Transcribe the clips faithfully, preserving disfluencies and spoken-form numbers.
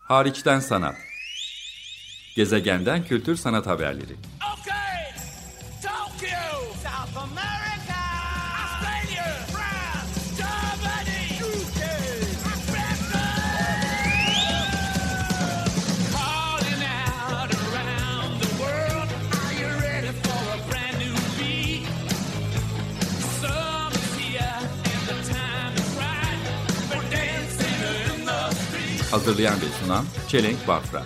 Hariçten sanat. Gezegenden kültür sanat haberleri. Okay, Tokyo, South America, Australia, France, Germany, U K, Africa. Calling out around the world. Are you ready for a brand new beat? Summer's here and the time is right. We're dancing in the street. Hazırlayan ve sunan Çelenk Bafra.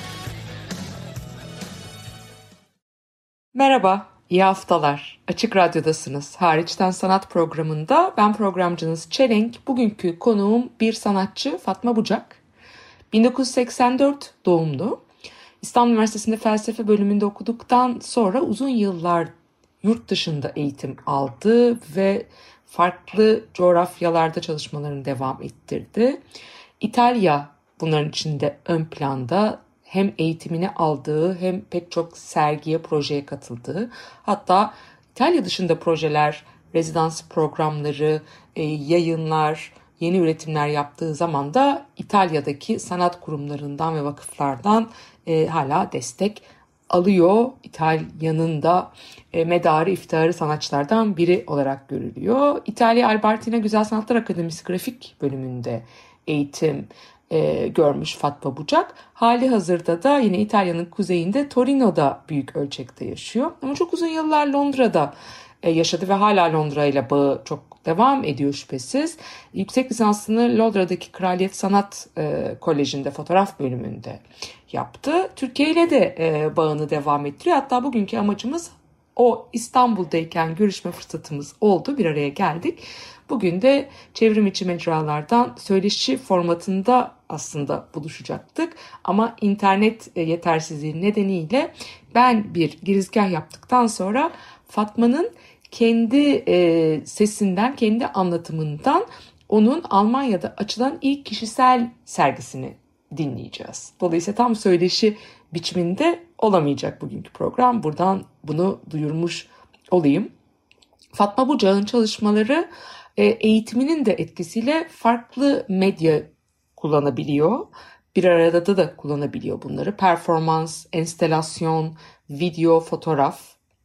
Merhaba, iyi haftalar. Açık Radyo'dasınız. Hariçten Sanat programında ben programcınız Çelenk. Bugünkü konuğum bir sanatçı Fatma Bucak. bin dokuz yüz seksen dört doğumlu. İstanbul Üniversitesi'nde felsefe bölümünde okuduktan sonra uzun yıllar yurt dışında eğitim aldı ve farklı coğrafyalarda çalışmalarını devam ettirdi. İtalya bunların içinde ön planda. Hem eğitimini aldığı hem pek çok sergiye, projeye katıldığı, hatta İtalya dışında projeler, rezidans programları, e, yayınlar, yeni üretimler yaptığı zaman da İtalya'daki sanat kurumlarından ve vakıflardan e, hala destek alıyor. İtalya'nın da e, medarı iftiharı sanatçılardan biri olarak görülüyor. İtalya Albertina Güzel Sanatlar Akademisi grafik bölümünde eğitim E, görmüş Fatma Bucak. Hali hazırda da yine İtalya'nın kuzeyinde Torino'da büyük ölçekte yaşıyor. Ama çok uzun yıllar Londra'da e, yaşadı ve hala Londra ile bağı çok devam ediyor şüphesiz. Yüksek lisansını Londra'daki Kraliyet Sanat e, Koleji'nde fotoğraf bölümünde yaptı. Türkiye ile de e, bağını devam ettiriyor. Hatta bugünkü amacımız o İstanbul'dayken görüşme fırsatımız oldu. Bir araya geldik. Bugün de çevrim içi mecralardan söyleşi formatında aslında buluşacaktık. Ama internet yetersizliği nedeniyle ben bir girizgah yaptıktan sonra Fatma'nın kendi e, sesinden, kendi anlatımından onun Almanya'da açılan ilk kişisel sergisini dinleyeceğiz. Dolayısıyla tam söyleşi biçiminde olamayacak bugünkü program. Buradan bunu duyurmuş olayım. Fatma Bucak'ın çalışmaları eğitiminin de etkisiyle farklı medya kullanabiliyor. Bir arada da, da kullanabiliyor bunları. Performans, enstelasyon, video, fotoğraf.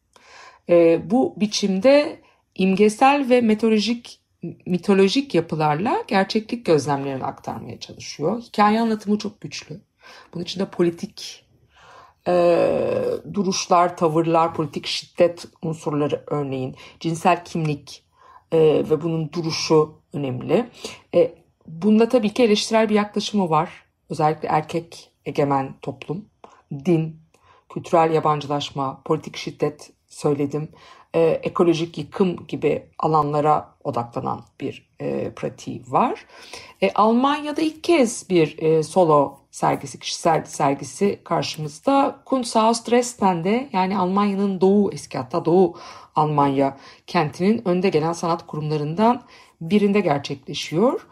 E, bu biçimde imgesel ve mitolojik, mitolojik yapılarla gerçeklik gözlemlerini aktarmaya çalışıyor. Hikaye anlatımı çok güçlü. Bunun içinde politik e, duruşlar, tavırlar, politik şiddet unsurları örneğin, cinsel kimlik, Ee, ve bunun duruşu önemli. Ee, bunda tabii ki eleştirel bir yaklaşımı var. Özellikle erkek egemen toplum, din, kültürel yabancılaşma, politik şiddet söyledim, ee, ekolojik yıkım gibi alanlara odaklanan bir e, pratiği var. E, Almanya'da ilk kez bir e, solo sergisi, kişisel sergisi karşımızda. Kunsthaus Dresden'de, yani Almanya'nın doğu, eski hatta Doğu Almanya kentinin önde gelen sanat kurumlarından birinde gerçekleşiyor.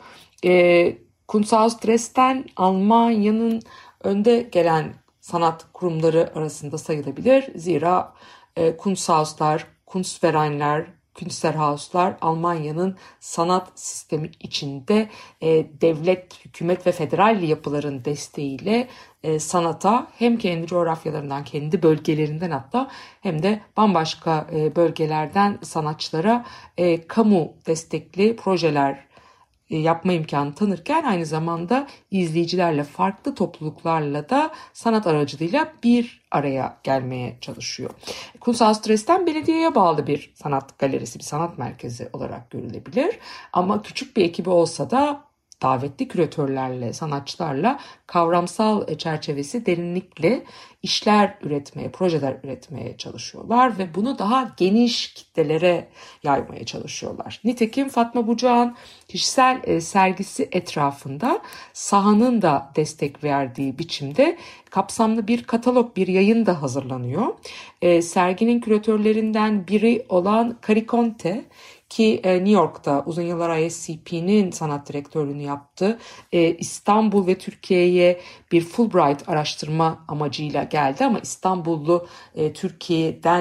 E, Kunsthaus Dresden, Almanya'nın önde gelen sanat kurumları arasında sayılabilir. Zira e, Kunsthauslar, Kunstvereinler, Künstlerhauslar Almanya'nın sanat sistemi içinde e, devlet, hükümet ve federal yapıların desteğiyle e, sanata hem kendi coğrafyalarından, kendi bölgelerinden hatta hem de bambaşka e, bölgelerden sanatçılara e, kamu destekli projeler yapma imkanı tanırken aynı zamanda izleyicilerle, farklı topluluklarla da sanat aracılığıyla bir araya gelmeye çalışıyor. Kunsthaus Dresden belediyeye bağlı bir sanat galerisi, bir sanat merkezi olarak görülebilir. Ama küçük bir ekibi olsa da davetli küratörlerle, sanatçılarla kavramsal çerçevesi derinlikle işler üretmeye, projeler üretmeye çalışıyorlar ve bunu daha geniş kitlelere yaymaya çalışıyorlar. Nitekim Fatma Bucak'ın kişisel e, sergisi etrafında sahanın da destek verdiği biçimde kapsamlı bir katalog, bir yayın da hazırlanıyor. E, serginin küratörlerinden biri olan Carrie Conte, ki New York'ta uzun yıllar I S C P'nin sanat direktörlüğünü yaptı. İstanbul ve Türkiye'ye bir Fulbright araştırma amacıyla geldi ama İstanbullu Türkiye'den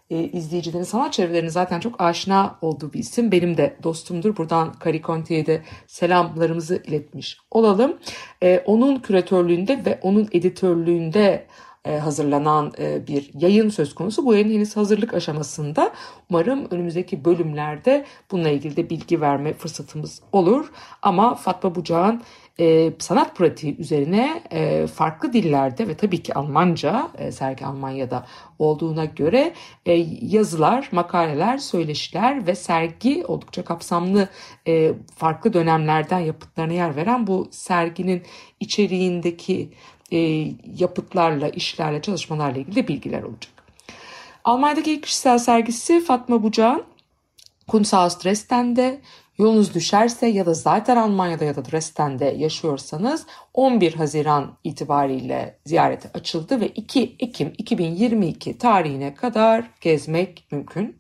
e, izleyicilerin, sanat çevrelerinin zaten çok aşina olduğu bir isim. Benim de dostumdur. Buradan Carrie Conti'ye de selamlarımızı iletmiş olalım. E, onun küratörlüğünde ve onun editörlüğünde hazırlanan bir yayın söz konusu. Bu yayın henüz hazırlık aşamasında. Umarım önümüzdeki bölümlerde bununla ilgili de bilgi verme fırsatımız olur. Ama Fatma Bucak'ın e, sanat pratiği üzerine e, farklı dillerde ve tabii ki Almanca, e, sergi Almanya'da olduğuna göre e, yazılar, makaleler, söyleşiler ve sergi oldukça kapsamlı e, farklı dönemlerden yapıtlarına yer veren bu serginin içeriğindeki E, yapıtlarla, işlerle, çalışmalarla ilgili de bilgiler olacak. Almanya'daki ilk kişisel sergisi Fatma Bucak'ın Kunsthaus Dresden'de. Yolunuz düşerse ya da zaten Almanya'da ya da Dresden'de yaşıyorsanız on bir Haziran itibariyle ziyarete açıldı ve iki Ekim iki bin yirmi iki tarihine kadar gezmek mümkün.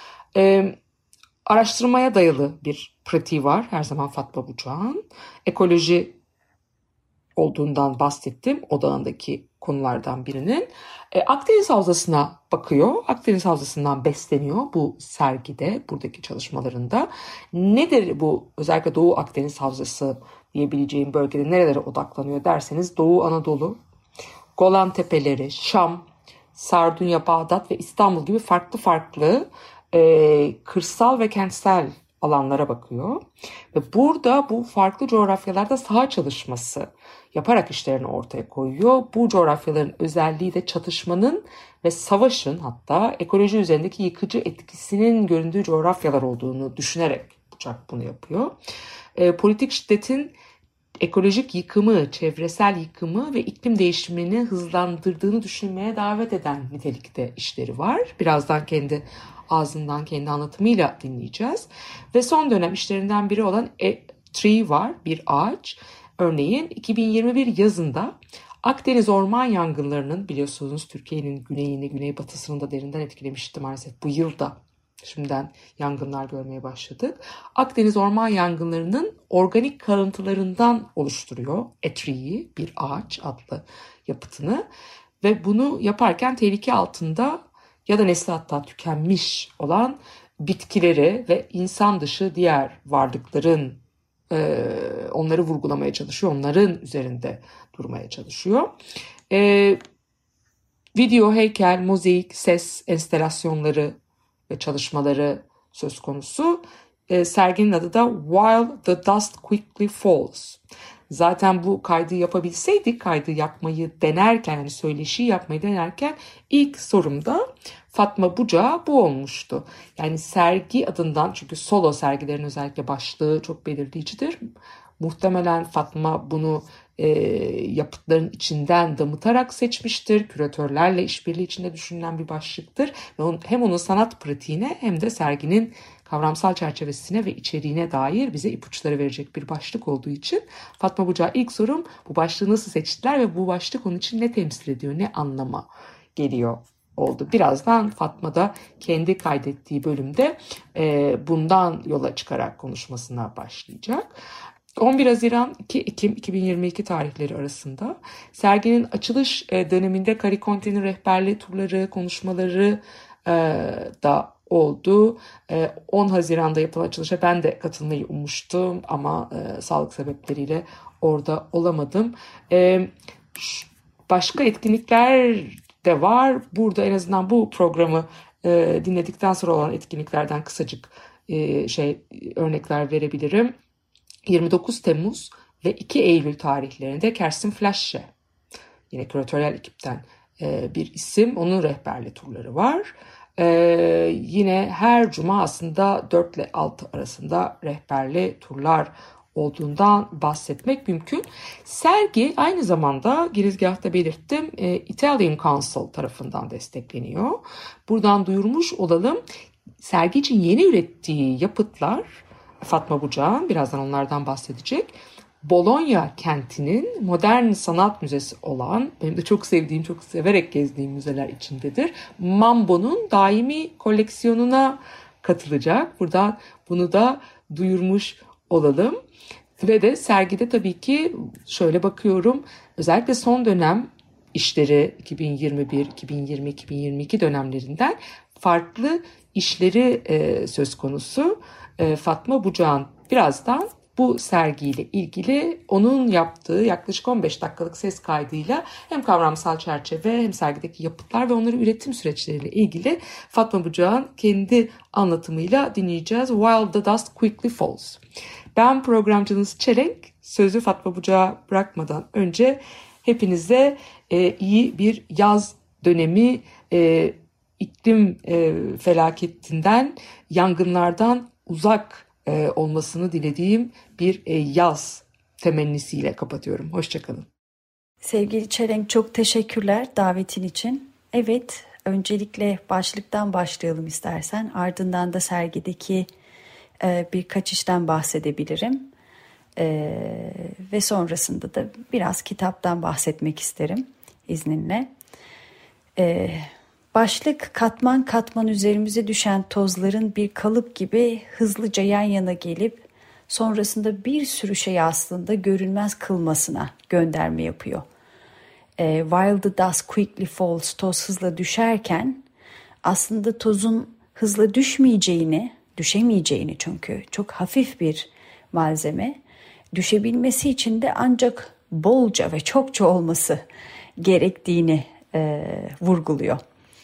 E, araştırmaya dayalı bir pratiği var her zaman Fatma Bucak'ın. Ekoloji olduğundan bahsettim, odağındaki konulardan birinin. E, Akdeniz Havzası'na bakıyor. Akdeniz Havzası'ndan besleniyor bu sergide, buradaki çalışmalarında. Nedir bu özellikle Doğu Akdeniz Havzası diyebileceğim bölgede nerelere odaklanıyor derseniz Doğu Anadolu, Golan Tepeleri, Şam, Sardunya, Bağdat ve İstanbul gibi farklı farklı e, kırsal ve kentsel alanlara bakıyor. Ve burada bu farklı coğrafyalarda saha çalışması yaparak işlerini ortaya koyuyor. Bu coğrafyaların özelliği de çatışmanın ve savaşın, hatta ekoloji üzerindeki yıkıcı etkisinin göründüğü coğrafyalar olduğunu düşünerek Bucak bunu yapıyor. E, politik şiddetin ekolojik yıkımı, çevresel yıkımı ve iklim değişimini hızlandırdığını düşünmeye davet eden nitelikte işleri var. Birazdan kendi ağzından, kendi anlatımıyla dinleyeceğiz. Ve son dönem işlerinden biri olan A Tree var, bir ağaç. Örneğin iki bin yirmi bir yazında Akdeniz orman yangınlarının, biliyorsunuz Türkiye'nin güneyini, güneybatısını da derinden etkilemişti maalesef bu yılda. Şimdiden yangınlar görmeye başladık. Akdeniz orman yangınlarının organik kalıntılarından oluşturuyor A Tree'yi, bir ağaç adlı yapıtını. Ve bunu yaparken tehlike altında ya da nesli hatta tükenmiş olan bitkileri ve insan dışı diğer varlıkların e, onları vurgulamaya çalışıyor. Onların üzerinde durmaya çalışıyor. E, video, heykel, mozaik, ses enstalasyonları ve çalışmaları söz konusu. E, serginin adı da While the Dust Quickly Falls. Zaten bu kaydı yapabilseydik, kaydı yapmayı denerken, yani söyleşi yapmayı denerken ilk sorumda Fatma Bucak'a bu olmuştu. Yani sergi adından, çünkü solo sergilerin özellikle başlığı çok belirleyicidir. Muhtemelen Fatma bunu e, yapıtların içinden damıtarak seçmiştir. Küratörlerle işbirliği içinde düşünülen bir başlıktır. Ve on, hem onun sanat pratiğine hem de serginin kavramsal çerçevesine ve içeriğine dair bize ipuçları verecek bir başlık olduğu için Fatma Bucak'a ilk sorum, bu başlığı nasıl seçtiler ve bu başlık onun için ne temsil ediyor, ne anlama geliyor oldu. Birazdan Fatma da kendi kaydettiği bölümde e, bundan yola çıkarak konuşmasına başlayacak. on bir Haziran iki Ekim iki bin yirmi iki tarihleri arasında serginin açılış döneminde Carrie Conti'nin rehberli turları, konuşmaları e, da oldu. on Haziran'da yapılan açılışa ben de katılmayı ummuştum ama e, sağlık sebepleriyle orada olamadım. E, başka etkinlikler de var. Burada en azından bu programı e, dinledikten sonra olan etkinliklerden kısacık e, şey örnekler verebilirim. yirmi dokuz Temmuz ve iki Eylül tarihlerinde Kerstin Flasche, yine küratöryel ekipten e, bir isim, onun rehberli turları var. Ee, yine her cuma aslında dört ile altı arasında rehberli turlar olduğundan bahsetmek mümkün. Sergi aynı zamanda girizgahta belirttim e, Italian Council tarafından destekleniyor. Buradan duyurmuş olalım. Sergi için yeni ürettiği yapıtlar Fatma Bucak'ın, birazdan onlardan bahsedecek, Bologna kentinin modern sanat müzesi olan, benim de çok sevdiğim, çok severek gezdiğim müzeler içindedir, Mambo'nun daimi koleksiyonuna katılacak. Buradan bunu da duyurmuş olalım. Ve de sergide tabii ki şöyle bakıyorum, özellikle son dönem işleri iki bin yirmi bir, iki bin yirmi, iki bin yirmi iki dönemlerinden farklı işleri e, söz konusu. E, Fatma Bucak'ın birazdan bu sergiyle ilgili onun yaptığı yaklaşık on beş dakikalık ses kaydıyla hem kavramsal çerçeve hem sergideki yapıtlar ve onların üretim süreçleriyle ilgili Fatma Bucak'ın kendi anlatımıyla dinleyeceğiz. While the Dust Quickly Falls. Ben programcınız Çelenk. Sözü Fatma Bucak'a bırakmadan önce hepinize e, iyi bir yaz dönemi, e, iklim e, felaketinden, yangınlardan uzak e, olmasını dilediğim bir e, yaz temennisiyle kapatıyorum. Hoşçakalın. Sevgili Çelenk, çok teşekkürler davetin için. Evet, öncelikle başlıktan başlayalım istersen. Ardından da sergideki e, birkaç işten bahsedebilirim. E, ve sonrasında da biraz kitaptan bahsetmek isterim izninle. E, başlık katman katman üzerimize düşen tozların bir kalıp gibi hızlıca yan yana gelip sonrasında bir sürü şey aslında görünmez kılmasına gönderme yapıyor. E, while the dust quickly falls, toz hızla düşerken aslında tozun hızla düşmeyeceğini, düşemeyeceğini, çünkü çok hafif bir malzeme, düşebilmesi için de ancak bolca ve çokça olması gerektiğini e, vurguluyor.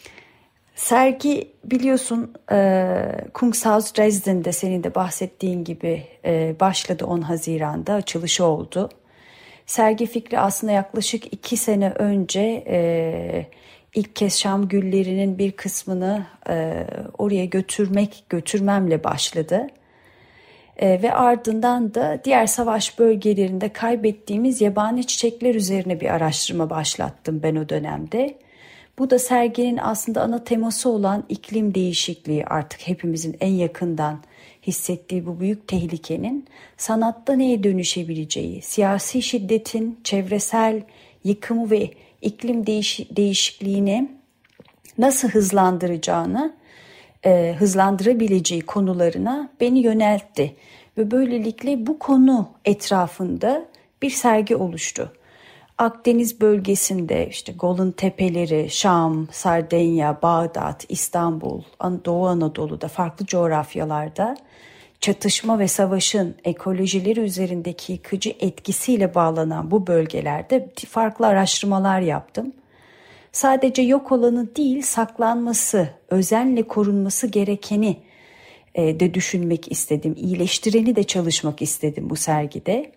Sergi biliyorsun e, Kunsthaus Dresden'de senin de bahsettiğin gibi e, başladı, on Haziran'da açılışı oldu. Sergi fikri aslında yaklaşık iki sene önce e, ilk kez Şam güllerinin bir kısmını e, oraya götürmek götürmemle başladı. E, ve ardından da diğer savaş bölgelerinde kaybettiğimiz yabani çiçekler üzerine bir araştırma başlattım ben o dönemde. Bu da serginin aslında ana teması olan iklim değişikliği, artık hepimizin en yakından hissettiği bu büyük tehlikenin sanatta neye dönüşebileceği, siyasi şiddetin çevresel yıkımı ve iklim değiş- değişikliğini nasıl hızlandıracağını, e, hızlandırabileceği konularına beni yöneltti. Ve böylelikle bu konu etrafında bir sergi oluştu. Akdeniz bölgesinde işte Golan Tepeleri, Şam, Sardenya, Bağdat, İstanbul, Doğu Anadolu'da farklı coğrafyalarda çatışma ve savaşın ekolojileri üzerindeki yıkıcı etkisiyle bağlanan bu bölgelerde farklı araştırmalar yaptım. Sadece yok olanı değil, saklanması, özenle korunması gerekeni de düşünmek istedim. İyileştireni de çalışmak istedim bu sergide.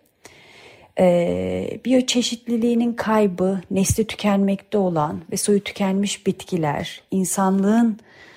Ee, biyoçeşitliliğinin kaybı, nesli tükenmekte olan ve soyu tükenmiş bitkiler, insanlığın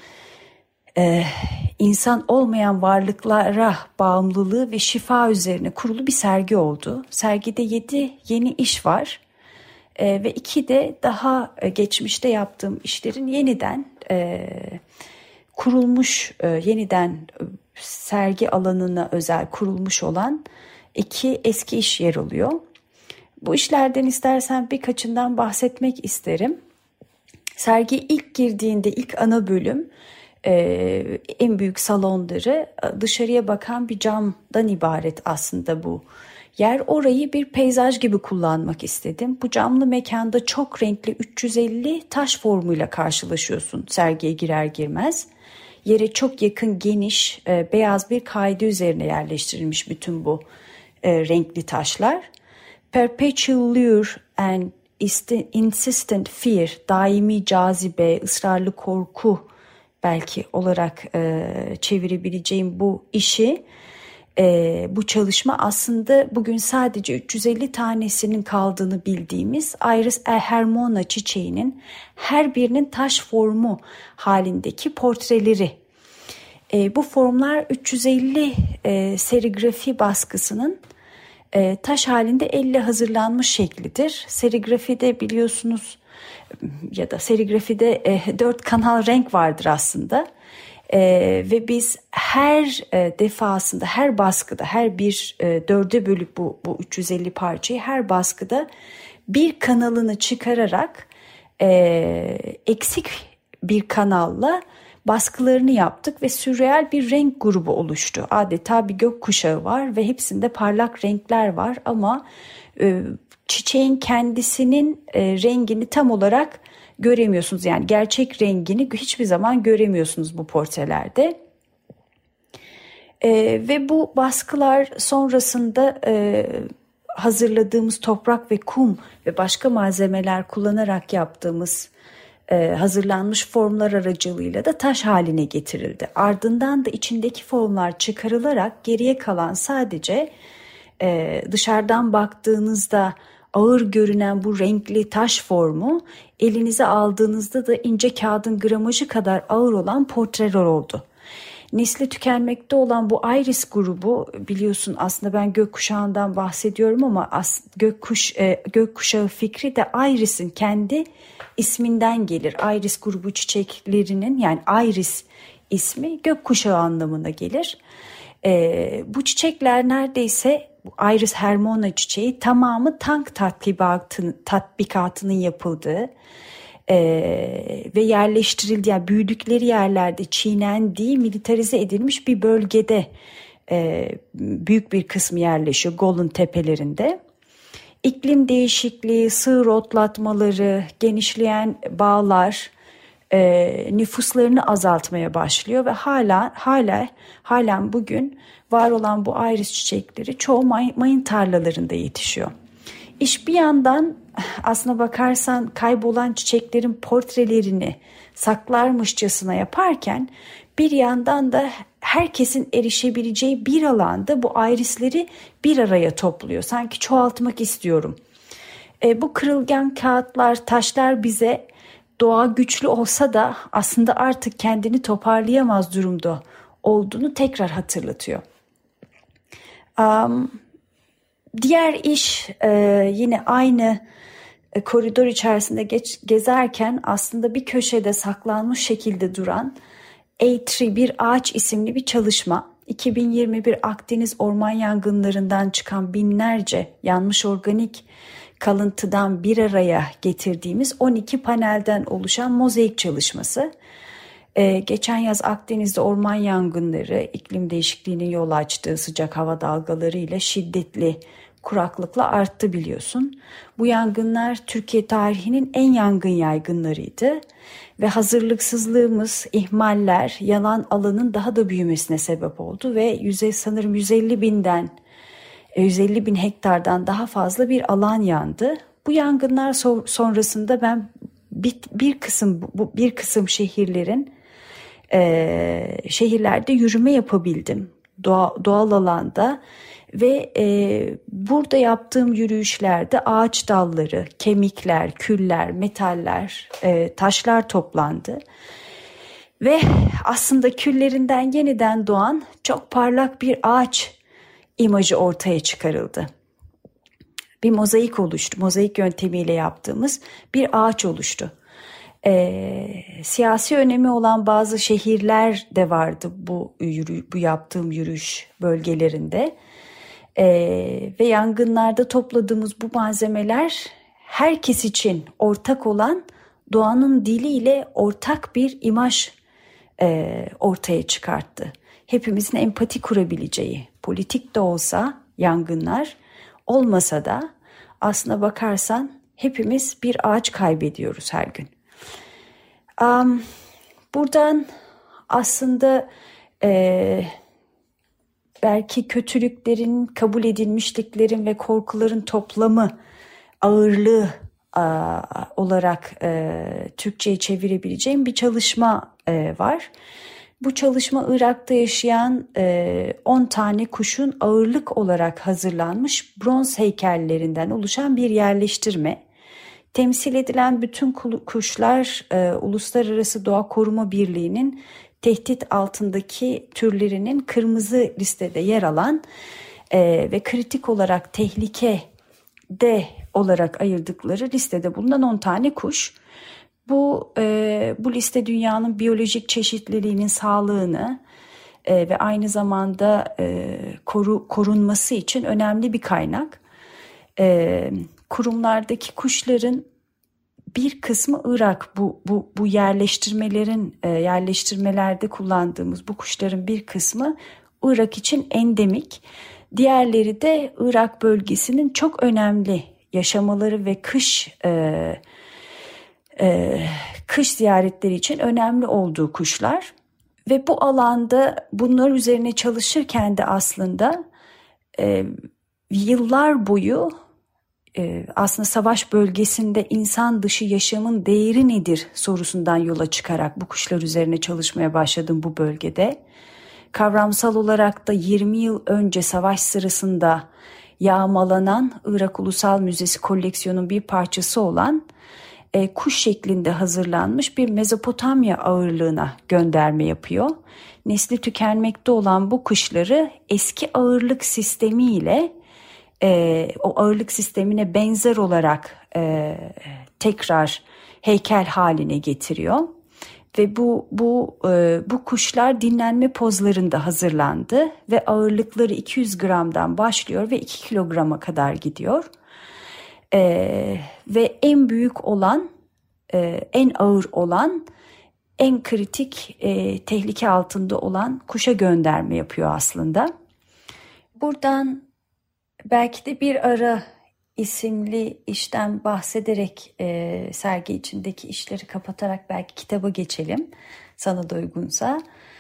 e, insan olmayan varlıklara bağımlılığı ve şifa üzerine kurulu bir sergi oldu. Sergide yedi yeni iş var e, ve iki de daha e, geçmişte yaptığım işlerin yeniden e, kurulmuş, e, yeniden e, sergi alanına özel kurulmuş olan İki eski iş yer alıyor. Bu işlerden istersen birkaçından bahsetmek isterim. Sergi ilk girdiğinde ilk ana bölüm e, en büyük salonları dışarıya bakan bir camdan ibaret aslında bu yer. Orayı bir peyzaj gibi kullanmak istedim. Bu camlı mekanda çok renkli üç yüz elli taş formuyla karşılaşıyorsun sergiye girer girmez. Yere çok yakın geniş e, beyaz bir kaide üzerine yerleştirilmiş bütün bu E, renkli taşlar. Perpetual lure and insistent fear, daimi cazibe, ısrarlı korku belki olarak e, çevirebileceğim bu işi, e, bu çalışma aslında bugün sadece üç yüz elli tanesinin kaldığını bildiğimiz Iris Hermona çiçeğinin her birinin taş formu halindeki portreleri. E, bu formlar üç yüz elli e, serigrafi baskısının e, taş halinde elle hazırlanmış şeklidir. Serigrafide biliyorsunuz ya da serigrafide e, dört kanal renk vardır aslında. E, ve biz her e, defasında, her baskıda, her bir e, dörde bölüp bu, bu üç yüz elli parçayı her baskıda bir kanalını çıkararak e, eksik bir kanalla baskılarını yaptık ve sürreal bir renk grubu oluştu. Adeta bir gökkuşağı var ve hepsinde parlak renkler var ama e, çiçeğin kendisinin e, rengini tam olarak göremiyorsunuz. Yani gerçek rengini hiçbir zaman göremiyorsunuz bu portrelerde. E, ve bu baskılar sonrasında e, hazırladığımız toprak ve kum ve başka malzemeler kullanarak yaptığımız e, hazırlanmış formlar aracılığıyla da taş haline getirildi. Ardından da içindeki formlar çıkarılarak geriye kalan sadece e, dışarıdan baktığınızda ağır görünen bu renkli taş formu elinize aldığınızda da ince kağıdın gramajı kadar ağır olan portreler oldu. Nesli tükenmekte olan bu Iris grubu, biliyorsun aslında ben gökkuşağından bahsediyorum ama as, gökkuş, e, gökkuşağı fikri de Iris'in kendi isminden gelir. Iris grubu çiçeklerinin, yani Iris ismi gökkuşağı anlamına gelir. E, bu çiçekler neredeyse, Iris hermona çiçeği tamamı tank tatbikatının, tatbikatının yapıldığı Ee, ve yerleştirildiği, yani büyüdükleri yerlerde çiğnendiği, militarize edilmiş bir bölgede e, büyük bir kısmı yerleşiyor, Golan tepelerinde. İklim değişikliği, sığır otlatmaları, genişleyen bağlar e, nüfuslarını azaltmaya başlıyor ve hala hala halen bugün var olan bu iris çiçekleri çoğu may, mayın tarlalarında yetişiyor. İş bir yandan aslına bakarsan kaybolan çiçeklerin portrelerini saklarmışçasına yaparken, bir yandan da herkesin erişebileceği bir alanda bu irisleri bir araya topluyor. Sanki çoğaltmak istiyorum. E, bu kırılgan kağıtlar, taşlar bize doğa güçlü olsa da aslında artık kendini toparlayamaz durumda olduğunu tekrar hatırlatıyor. Um, diğer iş e, yine aynı e, koridor içerisinde geç, gezerken aslında bir köşede saklanmış şekilde duran A-Tree, bir ağaç isimli bir çalışma. iki bin yirmi bir Akdeniz orman yangınlarından çıkan binlerce yanmış organik kalıntıdan bir araya getirdiğimiz on iki panelden oluşan mozaik çalışması. Ee, geçen yaz Akdeniz'de orman yangınları, iklim değişikliğinin yol açtığı sıcak hava dalgaları ile şiddetli kuraklıkla arttı, biliyorsun. Bu yangınlar Türkiye tarihinin en yangın yaygınlarıydı ve hazırlıksızlığımız, ihmaller, yanan alanın daha da büyümesine sebep oldu ve yüze, sanırım yüz elli binden yüz elli bin hektardan daha fazla bir alan yandı. Bu yangınlar sonrasında ben bir, bir kısım bu bir kısım şehirlerin e, şehirlerde yürüme yapabildim doğa, doğal alanda ve e, burada yaptığım yürüyüşlerde ağaç dalları, kemikler, küller, metaller, e, taşlar toplandı. Ve aslında küllerinden yeniden doğan çok parlak bir ağaç imajı ortaya çıkarıldı. Bir mozaik oluştu. Mozaik yöntemiyle yaptığımız bir ağaç oluştu. Ee, siyasi önemi olan bazı şehirler de vardı bu yürü, bu yaptığım yürüyüş bölgelerinde. Ee, ve yangınlarda topladığımız bu malzemeler herkes için ortak olan doğanın diliyle ortak bir imaj e, ortaya çıkarttı. Hepimizin empati kurabileceği, politik de olsa yangınlar, olmasa da aslına bakarsan hepimiz bir ağaç kaybediyoruz her gün. Um, buradan aslında e, belki kötülüklerin, kabul edilmişliklerin ve korkuların toplamı, ağırlığı a, olarak e, Türkçe'ye çevirebileceğim bir çalışma e, var. Bu çalışma Irak'ta yaşayan e, on tane kuşun ağırlık olarak hazırlanmış bronz heykellerinden oluşan bir yerleştirme. Temsil edilen bütün kuşlar e, Uluslararası Doğa Koruma Birliği'nin tehdit altındaki türlerinin kırmızı listede yer alan e, ve kritik olarak tehlikede olarak ayırdıkları listede bulunan on tane kuş. Bu e, bu liste dünyanın biyolojik çeşitliliğinin sağlığını e, ve aynı zamanda e, koru, korunması için önemli bir kaynak. E, kurumlardaki kuşların bir kısmı Irak, bu bu bu yerleştirmelerin e, yerleştirmelerde kullandığımız bu kuşların bir kısmı Irak için endemik. Diğerleri de Irak bölgesinin çok önemli yaşamaları ve kış e, e, kış ziyaretleri için önemli olduğu kuşlar. Ve bu alanda bunlar üzerine çalışırken de aslında e, yıllar boyu e, aslında savaş bölgesinde insan dışı yaşamın değeri nedir sorusundan yola çıkarak bu kuşlar üzerine çalışmaya başladım bu bölgede. Kavramsal olarak da yirmi yıl önce savaş sırasında yağmalanan Irak Ulusal Müzesi koleksiyonun bir parçası olan e, kuş şeklinde hazırlanmış bir Mezopotamya ağırlığına gönderme yapıyor. Nesli tükenmekte olan bu kuşları eski ağırlık sistemiyle e, o ağırlık sistemine benzer olarak e, tekrar heykel haline getiriyor. Ve bu bu e, bu kuşlar dinlenme pozlarında hazırlandı ve ağırlıkları iki yüz gramdan başlıyor ve iki kilograma kadar gidiyor. E, ve en büyük olan, e, en ağır olan, en kritik e, tehlike altında olan kuşa gönderme yapıyor aslında. Buradan belki de bir ara isimli işten bahsederek e, sergi içindeki işleri kapatarak belki kitaba geçelim sana da uygunsa.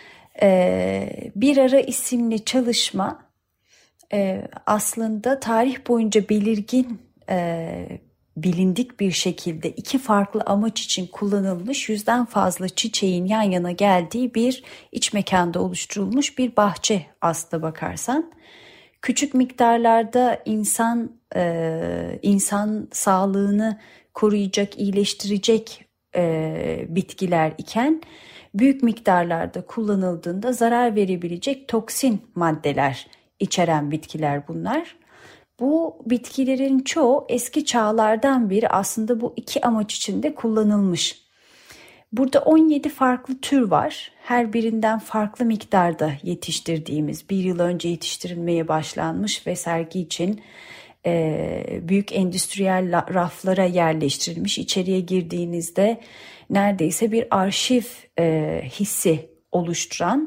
E, Bir Ara isimli çalışma e, aslında tarih boyunca belirgin e, bilindik bir şekilde iki farklı amaç için kullanılmış yüzden fazla çiçeğin yan yana geldiği bir iç mekanda oluşturulmuş bir bahçe aslına bakarsan. Küçük miktarlarda insan e, insan sağlığını koruyacak, iyileştirecek e, bitkiler iken büyük miktarlarda kullanıldığında zarar verebilecek toksin maddeler içeren bitkiler bunlar. Bu bitkilerin çoğu eski çağlardan beri aslında bu iki amaç için de kullanılmış. Burada on yedi farklı tür var. Her birinden farklı miktarda yetiştirdiğimiz, bir yıl önce yetiştirilmeye başlanmış ve sergi için e, büyük endüstriyel raflara yerleştirilmiş. İçeriye girdiğinizde neredeyse bir arşiv e, hissi oluşturan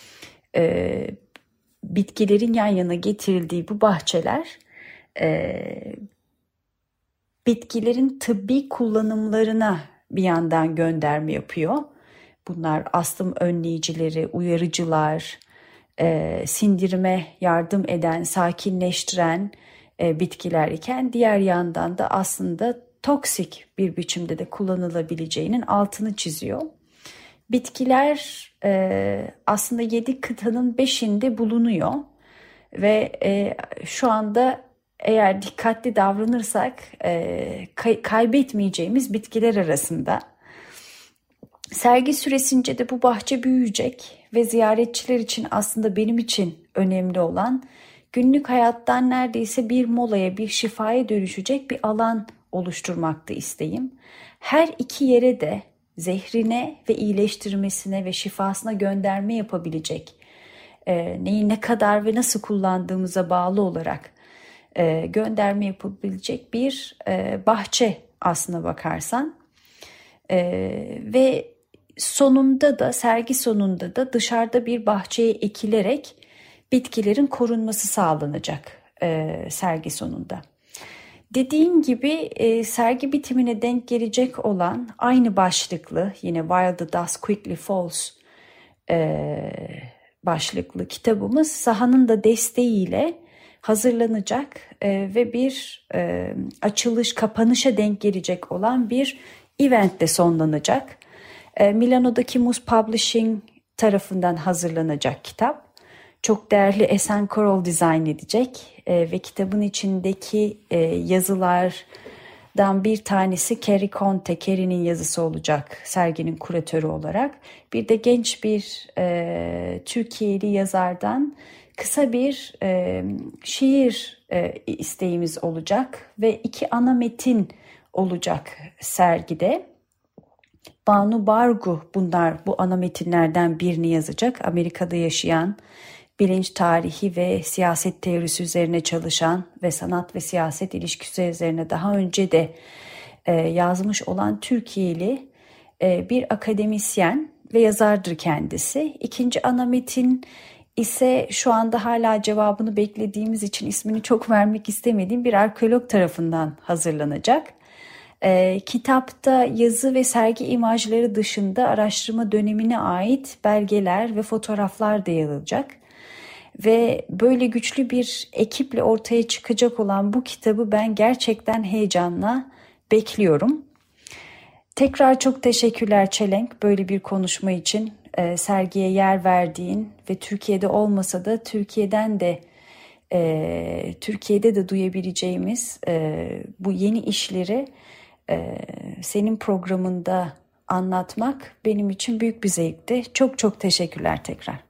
e, bitkilerin yan yana getirildiği bu bahçeler e, bitkilerin tıbbi kullanımlarına bir yandan gönderme yapıyor. Bunlar astım önleyicileri, uyarıcılar, e, sindirime yardım eden, sakinleştiren e, bitkiler iken diğer yandan da aslında toksik bir biçimde de kullanılabileceğinin altını çiziyor. Bitkiler e, aslında yedi kıtanın beşinde bulunuyor ve e, şu anda eğer dikkatli davranırsak e, kay- kaybetmeyeceğimiz bitkiler arasında. Sergi süresince de bu bahçe büyüyecek ve ziyaretçiler için aslında benim için önemli olan günlük hayattan neredeyse bir molaya, bir şifaya dönüşecek bir alan oluşturmaktı isteğim. Her iki yere de zehrine ve iyileştirmesine ve şifasına gönderme yapabilecek, e, neyi ne kadar ve nasıl kullandığımıza bağlı olarak e, gönderme yapabilecek bir e, bahçe aslına bakarsan. E, ve sonunda da sergi sonunda da dışarıda bir bahçeye ekilerek bitkilerin korunması sağlanacak e, sergi sonunda. Dediğim gibi e, sergi bitimine denk gelecek olan aynı başlıklı yine While the Dusk Quickly Falls e, başlıklı kitabımız sahanın da desteğiyle hazırlanacak e, ve bir e, açılış kapanışa denk gelecek olan bir eventle sonlanacak. E, Milano'daki Muz Publishing tarafından hazırlanacak kitap. Çok değerli Esen Korol dizayn edecek e, ve kitabın içindeki e, yazılardan bir tanesi Kerry Conte, Kerry'nin yazısı olacak serginin kuratörü olarak. Bir de genç bir e, Türkiye'li yazardan kısa bir e, şiir e, isteğimiz olacak ve iki ana metin olacak sergide. Banu Bargu bunlar bu ana metinlerden birini yazacak. Amerika'da yaşayan, bilinç tarihi ve siyaset teorisi üzerine çalışan ve sanat ve siyaset ilişkisi üzerine daha önce de e, yazmış olan Türkiye'li e, bir akademisyen ve yazardır kendisi. İkinci ana metin ise şu anda hala cevabını beklediğimiz için ismini çok vermek istemediğim bir arkeolog tarafından hazırlanacak. E, kitapta yazı ve sergi imajları dışında araştırma dönemine ait belgeler ve fotoğraflar da yer alacak. Ve böyle güçlü bir ekiple ortaya çıkacak olan bu kitabı ben gerçekten heyecanla bekliyorum. Tekrar çok teşekkürler Çelenk böyle bir konuşma için. E, sergiye yer verdiğin ve Türkiye'de olmasa da Türkiye'den de e, Türkiye'de de duyabileceğimiz e, bu yeni işleri e, senin programında anlatmak benim için büyük bir zevkti. Çok çok teşekkürler tekrar.